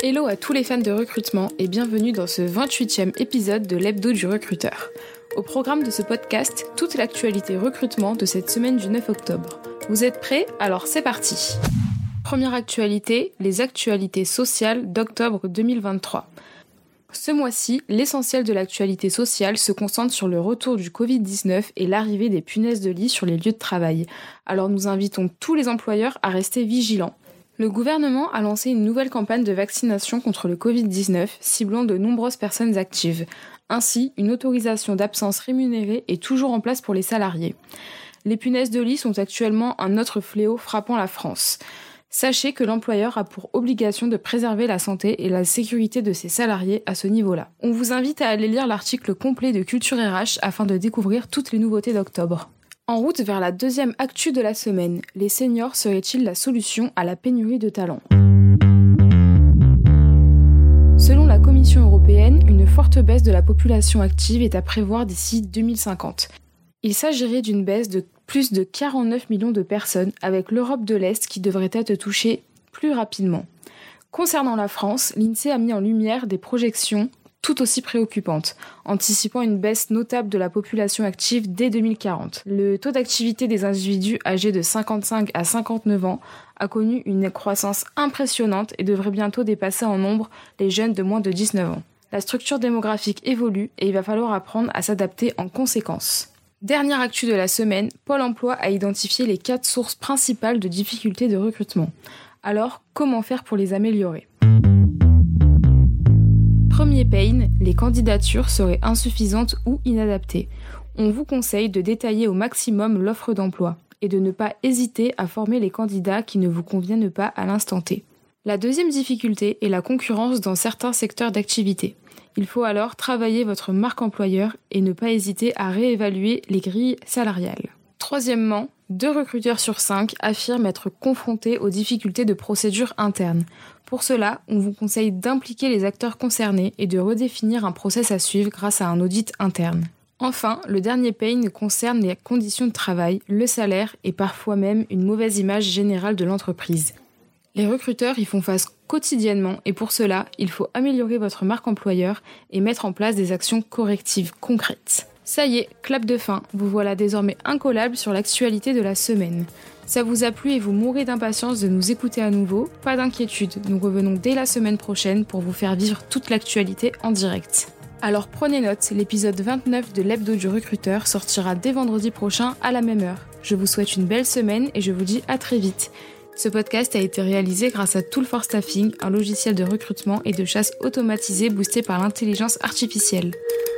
Hello à tous les fans de recrutement et bienvenue dans ce 28e épisode de l'Hebdo du recruteur. Au programme de ce podcast, toute l'actualité recrutement de cette semaine du 9 octobre. Vous êtes prêts ? Alors c'est parti ! Première actualité, les actualités sociales d'octobre 2023. Ce mois-ci, l'essentiel de l'actualité sociale se concentre sur le retour du Covid-19 et l'arrivée des punaises de lit sur les lieux de travail. Alors nous invitons tous les employeurs à rester vigilants. Le gouvernement a lancé une nouvelle campagne de vaccination contre le Covid-19, ciblant de nombreuses personnes actives. Ainsi, une autorisation d'absence rémunérée est toujours en place pour les salariés. Les punaises de lit sont actuellement un autre fléau frappant la France. Sachez que l'employeur a pour obligation de préserver la santé et la sécurité de ses salariés à ce niveau-là. On vous invite à aller lire l'article complet de Culture RH afin de découvrir toutes les nouveautés d'octobre. En route vers la deuxième actu de la semaine, les seniors seraient-ils la solution à la pénurie de talents ? Selon la Commission européenne, une forte baisse de la population active est à prévoir d'ici 2050. Il s'agirait d'une baisse de plus de 49 millions de personnes, avec l'Europe de l'Est qui devrait être touchée plus rapidement. Concernant la France, l'INSEE a mis en lumière des projections tout aussi préoccupantes, anticipant une baisse notable de la population active dès 2040. Le taux d'activité des individus âgés de 55 à 59 ans a connu une croissance impressionnante et devrait bientôt dépasser en nombre les jeunes de moins de 19 ans. La structure démographique évolue et il va falloir apprendre à s'adapter en conséquence. Dernière actu de la semaine, Pôle emploi a identifié les 4 sources principales de difficultés de recrutement. Alors, comment faire pour les améliorer ? Premier pain, les candidatures seraient insuffisantes ou inadaptées. On vous conseille de détailler au maximum l'offre d'emploi et de ne pas hésiter à former les candidats qui ne vous conviennent pas à l'instant T. La deuxième difficulté est la concurrence dans certains secteurs d'activité. Il faut alors travailler votre marque employeur et ne pas hésiter à réévaluer les grilles salariales. Troisièmement, 2 recruteurs sur 5 affirment être confrontés aux difficultés de procédure interne. Pour cela, on vous conseille d'impliquer les acteurs concernés et de redéfinir un process à suivre grâce à un audit interne. Enfin, le dernier pain concerne les conditions de travail, le salaire et parfois même une mauvaise image générale de l'entreprise. Les recruteurs y font face quotidiennement et pour cela, il faut améliorer votre marque employeur et mettre en place des actions correctives concrètes. Ça y est, clap de fin, vous voilà désormais incollable sur l'actualité de la semaine. Ça vous a plu et vous mourrez d'impatience de nous écouter à nouveau ? Pas d'inquiétude, nous revenons dès la semaine prochaine pour vous faire vivre toute l'actualité en direct. Alors prenez note, l'épisode 29 de l'Hebdo du recruteur sortira dès vendredi prochain à la même heure. Je vous souhaite une belle semaine et je vous dis à très vite. Ce podcast a été réalisé grâce à Tool for Staffing, un logiciel de recrutement et de chasse automatisé boosté par l'intelligence artificielle.